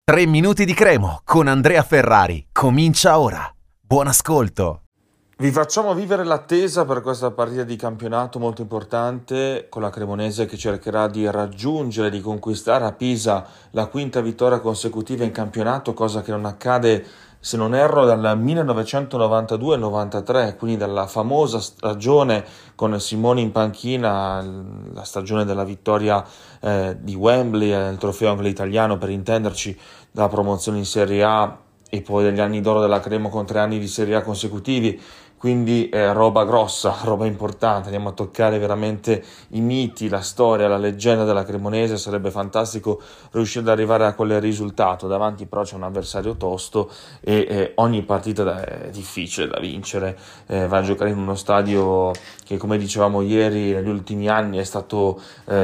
3 minuti di Cremo con Andrea Ferrari. Comincia ora. Buon ascolto. Vi facciamo vivere l'attesa per questa partita di campionato molto importante con la Cremonese che cercherà di raggiungere, di conquistare a Pisa la quinta vittoria consecutiva in campionato, cosa che non accade, se non erro, dal 1992-93, quindi dalla famosa stagione con Simone in panchina, la stagione della vittoria di Wembley, il trofeo anche italiano per intenderci, della promozione in Serie A e poi degli anni d'oro della Cremo con 3 anni di Serie A consecutivi. Quindi roba grossa, roba importante, andiamo a toccare veramente i miti, la storia, la leggenda della Cremonese. Sarebbe fantastico riuscire ad arrivare a quel risultato. Davanti però c'è un avversario tosto e ogni partita è difficile da vincere. Va a giocare in uno stadio che, come dicevamo ieri, negli ultimi anni è stato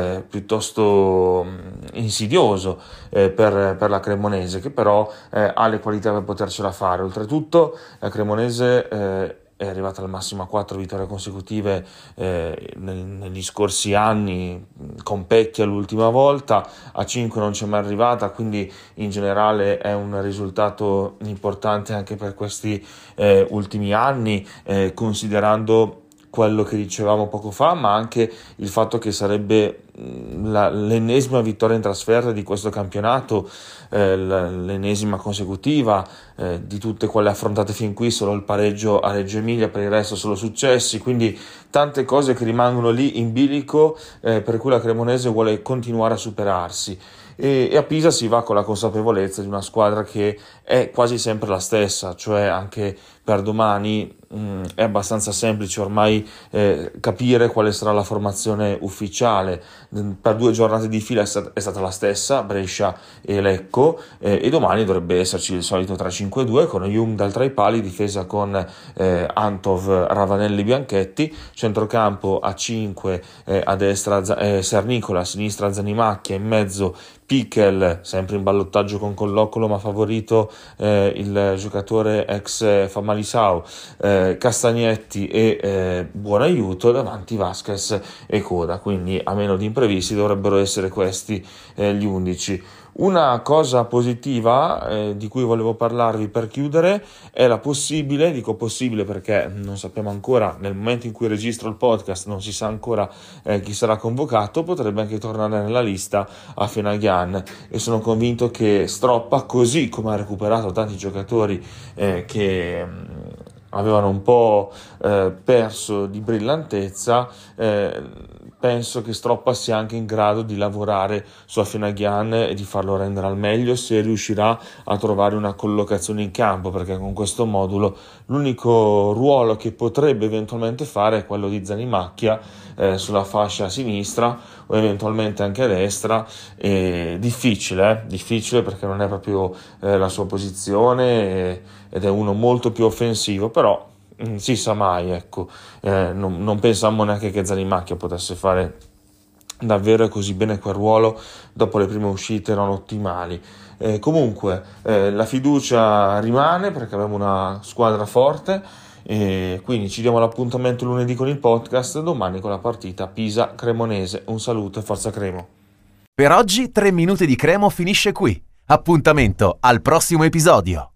piuttosto insidioso per la Cremonese, che però ha le qualità per potercela fare. Oltretutto la Cremonese è arrivata al massimo a 4 vittorie consecutive negli scorsi anni, con Pecchia l'ultima volta, a 5 non c'è mai arrivata, quindi in generale è un risultato importante anche per questi ultimi anni, considerando quello che dicevamo poco fa, ma anche il fatto che sarebbe l'ennesima vittoria in trasferta di questo campionato, l'ennesima consecutiva, di tutte quelle affrontate fin qui solo il pareggio a Reggio Emilia, per il resto solo successi, quindi tante cose che rimangono lì in bilico, per cui la Cremonese vuole continuare a superarsi. E a Pisa si va con la consapevolezza di una squadra che è quasi sempre la stessa, cioè anche per domani è abbastanza semplice ormai capire quale sarà la formazione ufficiale. Per 2 giornate di fila è stata la stessa, Brescia e Lecco, e domani dovrebbe esserci il solito 3-5-2 con Jung tra i pali, difesa con Antov, Ravanelli, Bianchetti, centrocampo a 5, a destra Sernicola, a sinistra Zanimacchia, in mezzo Pickel, sempre in ballottaggio con Colloccolo ma favorito il giocatore ex Famalicão, Castagnetti e Buon Aiuto, davanti Vasquez e Coda. Quindi a meno di imprevisti dovrebbero essere questi gli 11. Una cosa positiva di cui volevo parlarvi per chiudere è la possibile, dico possibile perché non sappiamo ancora, nel momento in cui registro il podcast non si sa ancora chi sarà convocato, potrebbe anche tornare nella lista a Afenaghian, e sono convinto che Stroppa, così come ha recuperato tanti giocatori che avevano un po' perso di brillantezza, penso che Stroppa sia anche in grado di lavorare su Afenaghian e di farlo rendere al meglio, se riuscirà a trovare una collocazione in campo, perché con questo modulo l'unico ruolo che potrebbe eventualmente fare è quello di Zanimacchia sulla fascia sinistra o eventualmente anche a destra. Difficile perché non è proprio la sua posizione ed è uno molto più offensivo, però si sa mai, ecco. Non pensammo neanche che Zanimacchia potesse fare davvero così bene quel ruolo. Dopo le prime uscite erano ottimali. Comunque la fiducia rimane perché abbiamo una squadra forte, e quindi ci diamo l'appuntamento lunedì con il podcast, domani con la partita Pisa-Cremonese. Un saluto e forza Cremo. Per oggi 3 minuti di Cremo finisce qui. Appuntamento al prossimo episodio.